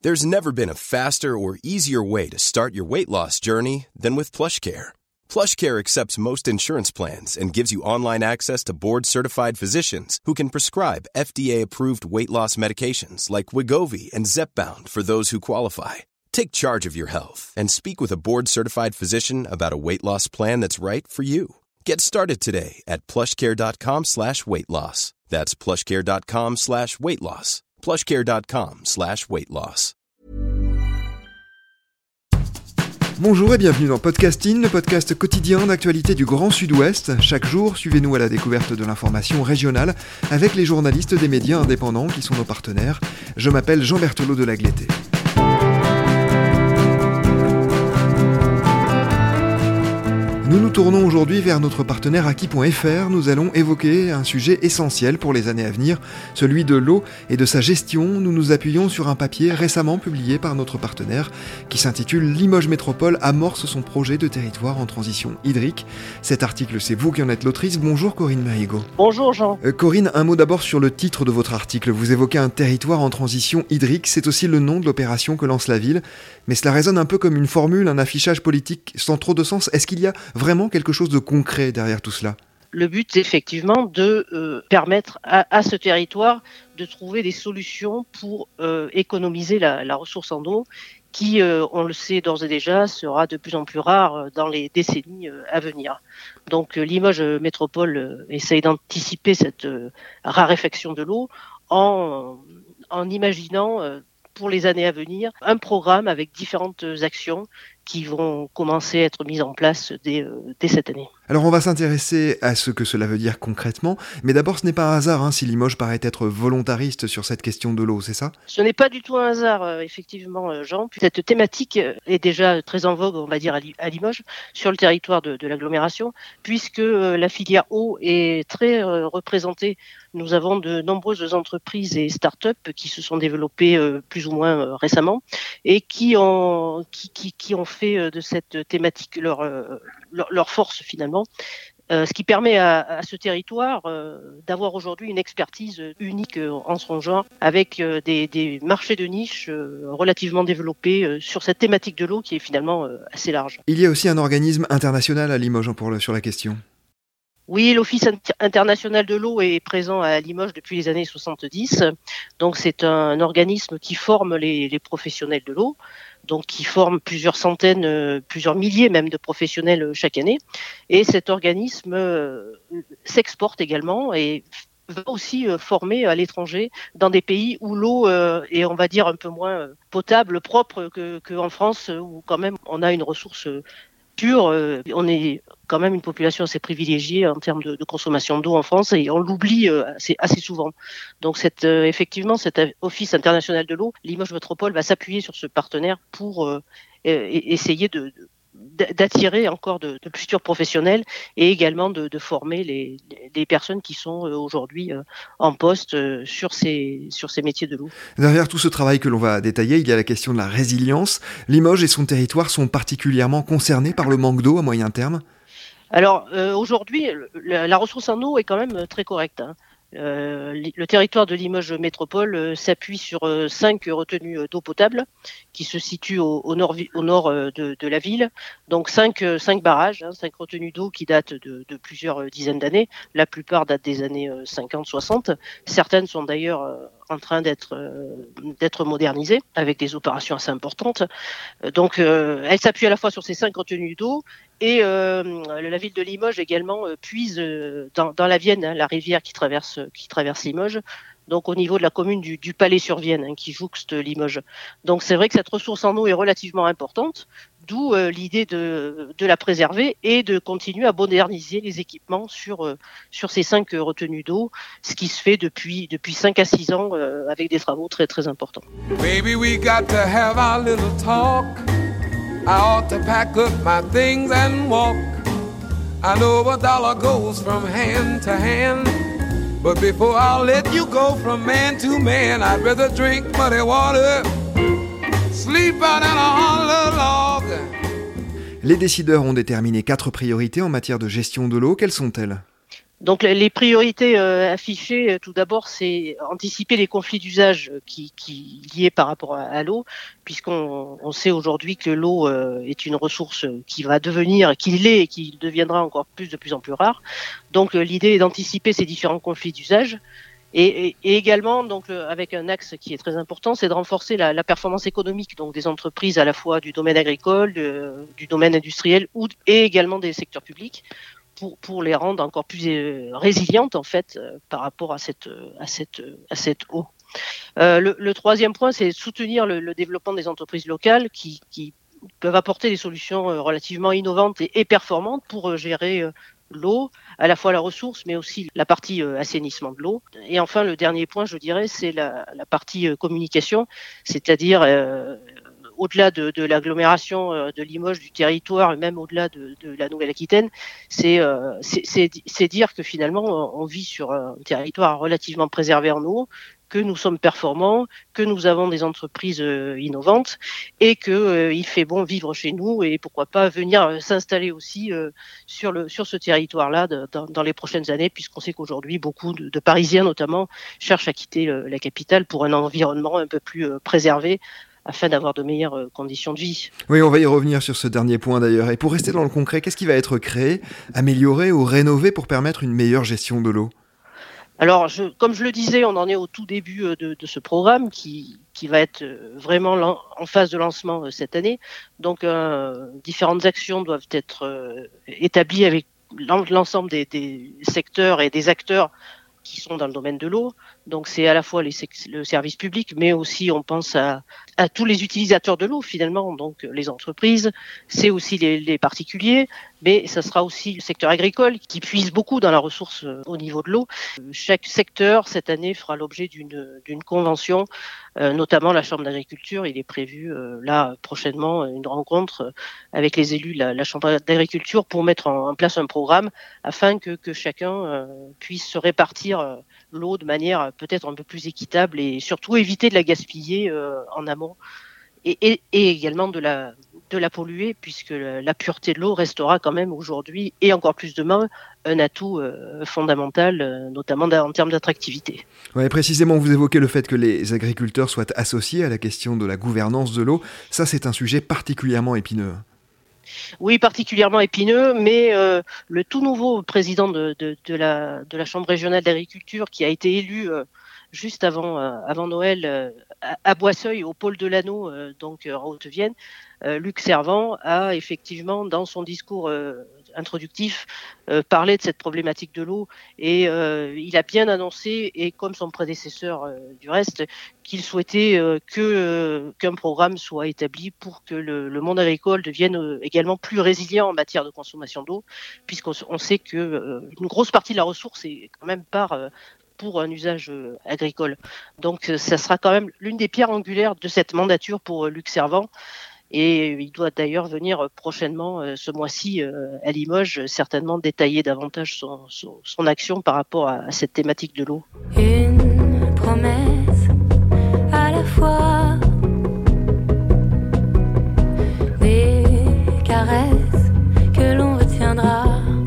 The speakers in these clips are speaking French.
There's never been a faster or easier way to start your weight loss journey than with PlushCare. PlushCare accepts most insurance plans and gives you online access to board-certified physicians who can prescribe FDA-approved weight loss medications like Wegovy and Zepbound for those who qualify. Take charge of your health and speak with a board-certified physician about a weight loss plan that's right for you. Get started today at plushcare.com/weight loss. That's plushcare.com/weight loss. plushcare.com/weight loss. Bonjour et bienvenue dans Podcasting, le podcast quotidien d'actualité du Grand Sud-Ouest. Chaque jour, suivez-nous à la découverte de l'information régionale avec les journalistes des médias indépendants qui sont nos partenaires. Je m'appelle Jean Berthelot de Lagleté. Nous nous tournons aujourd'hui vers notre partenaire Aki.fr. Nous allons évoquer un sujet essentiel pour les années à venir, celui de l'eau et de sa gestion. Nous nous appuyons sur un papier récemment publié par notre partenaire qui s'intitule « Limoges Métropole amorce son projet de territoire en transition hydrique ». Cet article, c'est vous qui en êtes l'autrice. Bonjour Corinne Marigot. Bonjour Jean. Corinne, un mot d'abord sur le titre de votre article. Vous évoquez un territoire en transition hydrique. C'est aussi le nom de l'opération que lance la ville. Mais cela résonne un peu comme une formule, un affichage politique sans trop de sens. Est-ce qu'il y a vraiment quelque chose de concret derrière tout cela ? Le but, c'est effectivement de permettre à ce territoire de trouver des solutions pour économiser la ressource en eau qui, on le sait d'ores et déjà, sera de plus en plus rare dans les décennies à venir. Donc Limoges Métropole essaye d'anticiper cette raréfaction de l'eau en imaginant pour les années à venir un programme avec différentes actions qui vont commencer à être mises en place dès cette année. Alors on va s'intéresser à ce que cela veut dire concrètement, mais d'abord ce n'est pas un hasard si Limoges paraît être volontariste sur cette question de l'eau, c'est ça ? Ce n'est pas du tout un hasard, effectivement, Jean. Cette thématique est déjà très en vogue, on va dire, à Limoges, sur le territoire de l'agglomération, puisque la filière eau est très représentée. Nous avons de nombreuses entreprises et start-up qui se sont développées plus ou moins récemment et qui ont fait de cette thématique leur force finalement, ce qui permet à ce territoire d'avoir aujourd'hui une expertise unique en son genre, avec des marchés de niche relativement développés sur cette thématique de l'eau qui est finalement assez large. Il y a aussi un organisme international à Limoges sur la question. Oui, l'Office international de l'eau est présent à Limoges depuis les années 70. Donc c'est un organisme qui forme les professionnels de l'eau, donc qui forme plusieurs centaines, plusieurs milliers même de professionnels chaque année. Et cet organisme s'exporte également et va aussi former à l'étranger dans des pays où l'eau est, on va dire, un peu moins potable, propre qu'en France, où quand même on a une ressource pure. On est quand même une population assez privilégiée en termes de consommation d'eau en France et on l'oublie assez souvent. Donc effectivement, cet Office international de l'eau, Limoges Métropole va s'appuyer sur ce partenaire pour essayer d'attirer encore de futurs professionnels et également de former les personnes qui sont aujourd'hui en poste sur ces métiers de l'eau. Derrière tout ce travail que l'on va détailler, il y a la question de la résilience. Limoges et son territoire sont particulièrement concernés par le manque d'eau à moyen terme. Alors aujourd'hui, la ressource en eau est quand même très correcte. Le territoire de Limoges Métropole s'appuie sur 5 retenues d'eau potable qui se situent au nord de la ville. Donc 5 barrages, 5 retenues d'eau qui datent de plusieurs dizaines d'années. La plupart datent des années 50-60. Certaines sont d'ailleurs en train d'être modernisées avec des opérations assez importantes. Donc elle s'appuie à la fois sur ces 5 retenues d'eau et la ville de Limoges également puise dans la Vienne, la rivière qui traverse Limoges, donc au niveau de la commune du Palais-sur-Vienne qui jouxte Limoges. Donc c'est vrai que cette ressource en eau est relativement importante, d'où l'idée de la préserver et de continuer à moderniser les équipements sur ces 5 retenues d'eau, ce qui se fait depuis 5 à 6 ans avec des travaux très très importants. Baby, we got to have our little talk. I ought to pack up my things and walk. I know a dollar goes from hand to hand, but before I'll let you go from man to man, I'd rather drink muddy water, sleep out in a hollow log. Les décideurs ont déterminé 4 priorités en matière de gestion de l'eau. Quelles sont-elles ? Donc les priorités affichées, tout d'abord, c'est anticiper les conflits d'usage qui liés par rapport à l'eau, puisqu'on sait aujourd'hui que l'eau est une ressource qui va devenir, qui l'est et qui deviendra encore de plus en plus rare. Donc l'idée est d'anticiper ces différents conflits d'usage. Et également, donc, avec un axe qui est très important, c'est de renforcer la performance économique donc des entreprises à la fois du domaine agricole, du domaine industriel et également des secteurs publics pour les rendre encore plus résilientes en fait par rapport à cette eau. Le troisième point, c'est soutenir le développement des entreprises locales qui peuvent apporter des solutions relativement innovantes et performantes pour gérer l'eau, à la fois la ressource, mais aussi la partie assainissement de l'eau. Et enfin, le dernier point, je dirais, c'est la partie communication, c'est-à-dire au-delà de l'agglomération de Limoges, du territoire, et même au-delà de la Nouvelle-Aquitaine, c'est dire que finalement, on vit sur un territoire relativement préservé en eau, que nous sommes performants, que nous avons des entreprises innovantes et il fait bon vivre chez nous et pourquoi pas venir s'installer aussi sur ce territoire-là dans les prochaines années, puisqu'on sait qu'aujourd'hui, beaucoup de Parisiens notamment cherchent à quitter la capitale pour un environnement un peu plus préservé afin d'avoir de meilleures conditions de vie. Oui, on va y revenir sur ce dernier point d'ailleurs. Et pour rester dans le concret, qu'est-ce qui va être créé, amélioré ou rénové pour permettre une meilleure gestion de l'eau ? Alors, comme je le disais, on en est au tout début de ce programme qui va être vraiment en phase de lancement cette année. Donc, différentes actions doivent être établies avec l'ensemble des secteurs et des acteurs qui sont dans le domaine de l'eau. Donc, c'est à la fois le service public, mais aussi on pense à tous les utilisateurs de l'eau finalement, donc les entreprises, c'est aussi les particuliers, mais ça sera aussi le secteur agricole qui puise beaucoup dans la ressource au niveau de l'eau. Chaque secteur, cette année, fera l'objet d'une convention, notamment la Chambre d'agriculture. Il est prévu là prochainement une rencontre avec les élus de la Chambre d'agriculture pour mettre en place un programme afin que chacun puisse se répartir l'eau de manière peut-être un peu plus équitable et surtout éviter de la gaspiller en amont et également de la polluer, puisque la pureté de l'eau restera quand même aujourd'hui et encore plus demain un atout fondamental, notamment en termes d'attractivité. Ouais, précisément, vous évoquez le fait que les agriculteurs soient associés à la question de la gouvernance de l'eau. Ça, c'est un sujet particulièrement épineux. Oui, particulièrement épineux, mais le tout nouveau président de la Chambre régionale d'agriculture qui a été élu juste avant Noël à Boisseuil, au pôle de l'Anneau, donc en Haute-Vienne, Luc Servant a effectivement, dans son discours introductif, parlé de cette problématique de l'eau et il a bien annoncé, et comme son prédécesseur du reste, qu'il souhaitait qu'un programme soit établi pour que le monde agricole devienne également plus résilient en matière de consommation d'eau, puisqu'on sait que une grosse partie de la ressource est quand même pour un usage agricole. Donc ça sera quand même l'une des pierres angulaires de cette mandature pour Luc Servant. Et il doit d'ailleurs venir prochainement, ce mois-ci, à Limoges, certainement détailler davantage son action par rapport à cette thématique de l'eau. Une promesse à la fois, des caresses que l'on retiendra.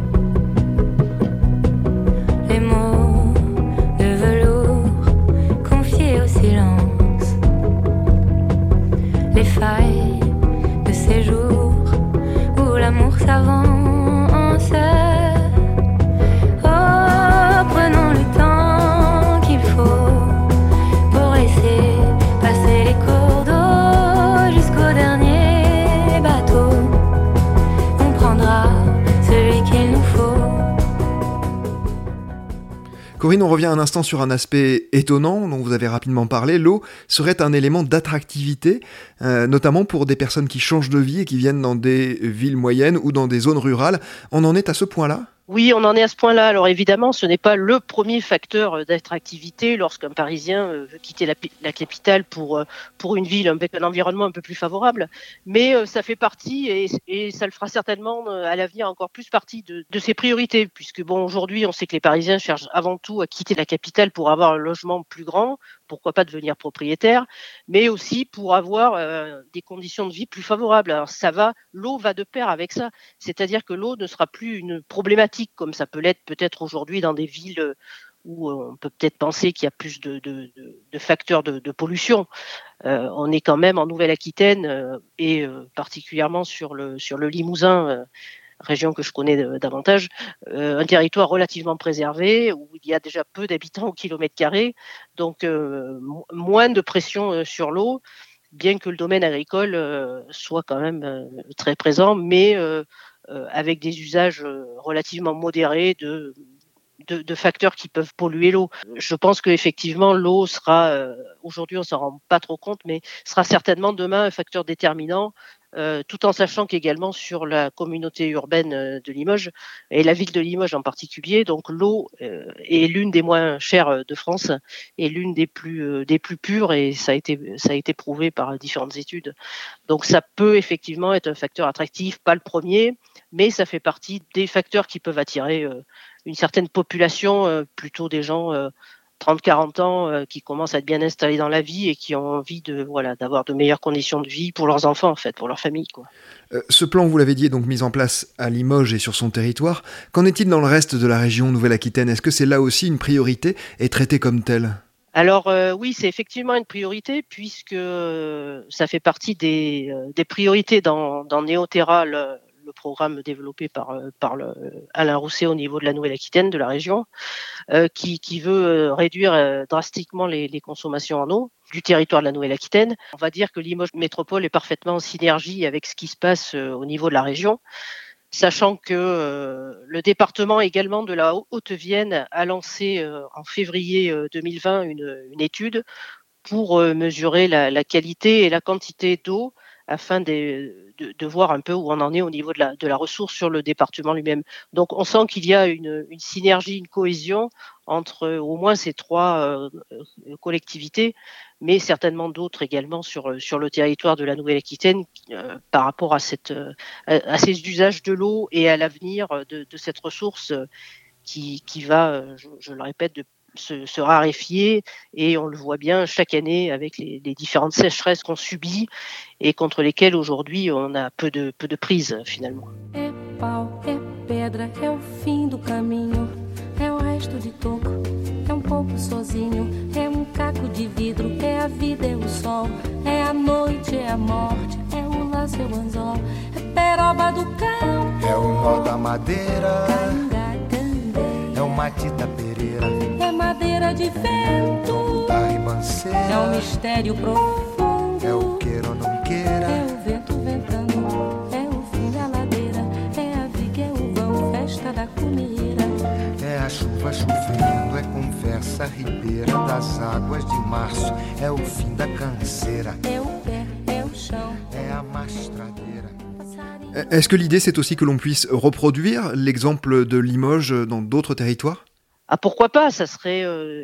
Les failles de ces jours où l'amour s'avance. Oh, prenons le temps qu'il faut pour laisser passer les cours d'eau jusqu'au dernier bateau. On prendra celui qu'il nous faut. Corinne, on revient un instant sur un aspect étonnant dont vous avez rapidement parlé. L'eau serait un élément d'attractivité, notamment pour des personnes qui changent de vie et qui viennent dans des villes moyennes ou dans des zones rurales. On en est à ce point-là ? Oui, on en est à ce point-là. Alors évidemment, ce n'est pas le premier facteur d'attractivité lorsqu'un Parisien veut quitter la capitale pour une ville avec un environnement un peu plus favorable. Mais ça fait partie et ça le fera certainement à l'avenir encore plus partie de ses priorités. Puisque bon, aujourd'hui, on sait que les Parisiens cherchent avant tout à quitter la capitale pour avoir un logement plus grand, pourquoi pas devenir propriétaire, mais aussi pour avoir des conditions de vie plus favorables. Alors l'eau va de pair avec ça, c'est-à-dire que l'eau ne sera plus une problématique comme ça peut l'être peut-être aujourd'hui dans des villes où on peut peut-être penser qu'il y a plus de facteurs de pollution. On est quand même en Nouvelle-Aquitaine et particulièrement sur le Limousin, région que je connais davantage, un territoire relativement préservé où il y a déjà peu d'habitants au kilomètre carré, donc moins de pression sur l'eau, bien que le domaine agricole soit quand même très présent, mais avec des usages relativement modérés de facteurs qui peuvent polluer l'eau. Je pense qu'effectivement, l'eau sera, aujourd'hui on s'en rend pas trop compte, mais sera certainement demain un facteur déterminant, tout en sachant qu'également sur la communauté urbaine de Limoges, et la ville de Limoges en particulier, donc l'eau est l'une des moins chères de France et l'une des plus pures, et ça a été prouvé par différentes études. Donc ça peut effectivement être un facteur attractif, pas le premier, mais ça fait partie des facteurs qui peuvent attirer une certaine population, plutôt des gens 30-40 ans qui commencent à être bien installés dans la vie et qui ont envie d'avoir de meilleures conditions de vie pour leurs enfants, en fait, pour leur famille, quoi. Ce plan, vous l'avez dit, est donc mis en place à Limoges et sur son territoire. Qu'en est-il dans le reste de la région Nouvelle-Aquitaine ? Est-ce que c'est là aussi une priorité et traité comme telle ? Alors oui, c'est effectivement une priorité puisque ça fait partie des priorités dans Néoterra, le programme développé par Alain Rousset au niveau de la Nouvelle-Aquitaine, de la région, qui veut réduire drastiquement les consommations en eau du territoire de la Nouvelle-Aquitaine. On va dire que Limoges Métropole est parfaitement en synergie avec ce qui se passe au niveau de la région, sachant que le département également de la Haute-Vienne a lancé en février 2020 une étude pour mesurer la qualité et la quantité d'eau afin de voir un peu où on en est au niveau de la ressource sur le département lui-même. Donc on sent qu'il y a une synergie, une cohésion entre au moins ces trois collectivités, mais certainement d'autres également sur le territoire de la Nouvelle-Aquitaine par rapport à ces usages de l'eau et à l'avenir de cette ressource qui va, je le répète, se raréfier, et on le voit bien chaque année avec les différentes sécheresses qu'on subit et contre lesquelles aujourd'hui on a peu de prise finalement. É pau, é pedra, é o fim do caminho, é o resto de toco, é pouco sozinho, é caco de vidro, é a vida, é o sol, é a noite, é a morte, é o laço, é o anzol, é peroba do campo, é o nó da madeira, é o matita pereira, é madeira de vento, da ribanceira, é um mistério profundo, é o queira ou não queira, é o vento ventando, é o fim da ladeira, é a viga, é o vão, festa da comida, é a chuva chovendo, é conversa ribeira das águas de março, é o fim da canseira, é o pé, é o chão, é a mastradeira. Est-ce que l'idée, c'est aussi que l'on puisse reproduire l'exemple de Limoges dans d'autres territoires ? Ah, pourquoi pas, ça serait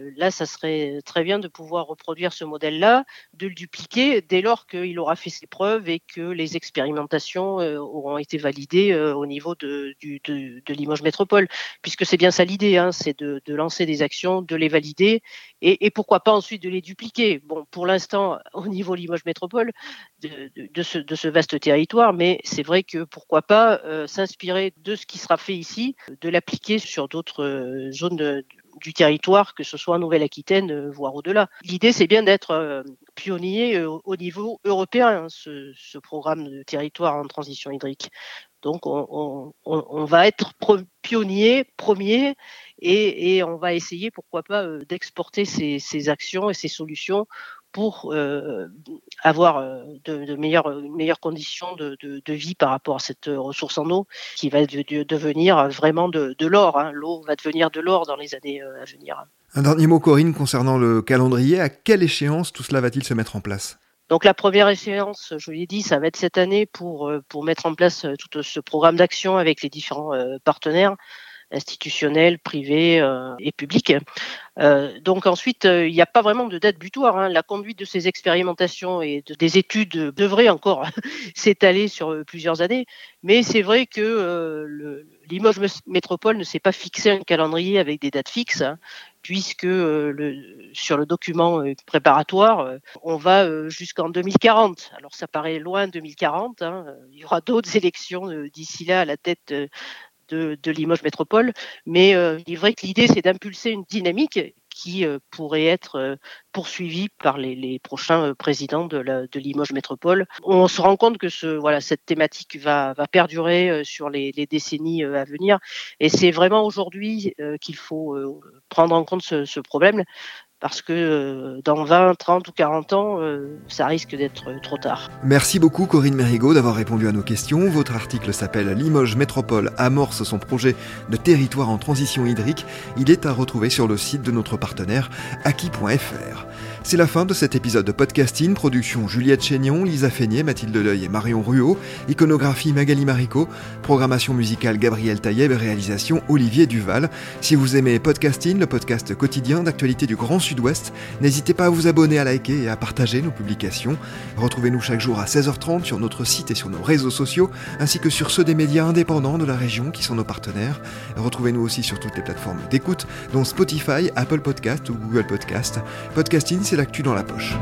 très bien de pouvoir reproduire ce modèle-là, de le dupliquer dès lors qu'il aura fait ses preuves et que les expérimentations auront été validées au niveau de Limoges Métropole, puisque c'est bien ça l'idée, hein, c'est de lancer des actions, de les valider et pourquoi pas ensuite de les dupliquer. Bon, pour l'instant, au niveau Limoges Métropole, de ce vaste territoire, mais c'est vrai que pourquoi pas s'inspirer de ce qui sera fait ici, de l'appliquer sur d'autres zones du territoire, que ce soit en Nouvelle-Aquitaine, voire au-delà. L'idée, c'est bien d'être pionnier au niveau européen, hein, ce programme de territoire en transition hydrique. Donc, on va être pionnier, premier, et on va essayer, pourquoi pas, d'exporter ces actions et ces solutions pour avoir une meilleure condition de vie par rapport à cette ressource en eau qui va devenir vraiment de l'or. Hein. L'eau va devenir de l'or dans les années à venir. Un dernier mot, Corinne, concernant le calendrier. À quelle échéance tout cela va-t-il se mettre en place ? Donc la première échéance, je l'ai dit, ça va être cette année pour mettre en place tout ce programme d'action avec les différents partenaires institutionnels, privés et publics. Donc ensuite, il n'y a pas vraiment de date butoir. Hein. La conduite de ces expérimentations et des études devrait encore s'étaler sur plusieurs années. Mais c'est vrai que Limoges Métropole ne s'est pas fixé un calendrier avec des dates fixes, hein, puisque sur le document préparatoire, on va jusqu'en 2040. Alors ça paraît loin 2040, hein, il y aura d'autres élections d'ici là à la tête de Limoges Métropole, mais il est vrai que l'idée c'est d'impulser une dynamique qui pourrait être poursuivie par les prochains présidents de Limoges Métropole. On se rend compte que cette thématique va perdurer sur les décennies à venir, et c'est vraiment aujourd'hui qu'il faut prendre en compte ce problème, parce que dans 20, 30 ou 40 ans, ça risque d'être trop tard. Merci beaucoup Corinne Mérigot d'avoir répondu à nos questions. Votre article s'appelle « Limoges Métropole amorce son projet de territoire en transition hydrique ». Il est à retrouver sur le site de notre partenaire Aki.fr. C'est la fin de cet épisode de Podcasting. Production Juliette Chénion, Lisa Feignet, Mathilde Leuil et Marion Ruot. Iconographie Magali Marico. Programmation musicale Gabriel Taïeb et réalisation Olivier Duval. Si vous aimez Podcasting, le podcast quotidien d'actualité du Grand Sud-Ouest, n'hésitez pas à vous abonner, à liker et à partager nos publications. Retrouvez-nous chaque jour à 16h30 sur notre site et sur nos réseaux sociaux, ainsi que sur ceux des médias indépendants de la région qui sont nos partenaires. Retrouvez-nous aussi sur toutes les plateformes d'écoute, dont Spotify, Apple Podcast ou Google Podcast. Podcasting, c'est l'actu dans la poche.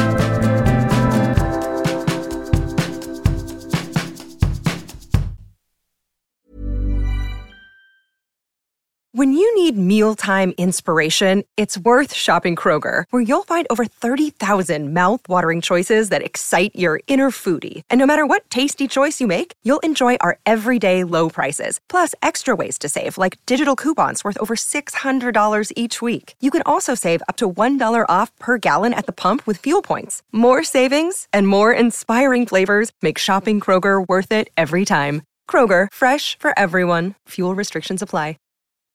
When you need mealtime inspiration, it's worth shopping Kroger, where you'll find over 30,000 mouth-watering choices that excite your inner foodie. And no matter what tasty choice you make, you'll enjoy our everyday low prices, plus extra ways to save, like digital coupons worth over $600 each week. You can also save up to $1 off per gallon at the pump with fuel points. More savings and more inspiring flavors make shopping Kroger worth it every time. Kroger, fresh for everyone. Fuel restrictions apply.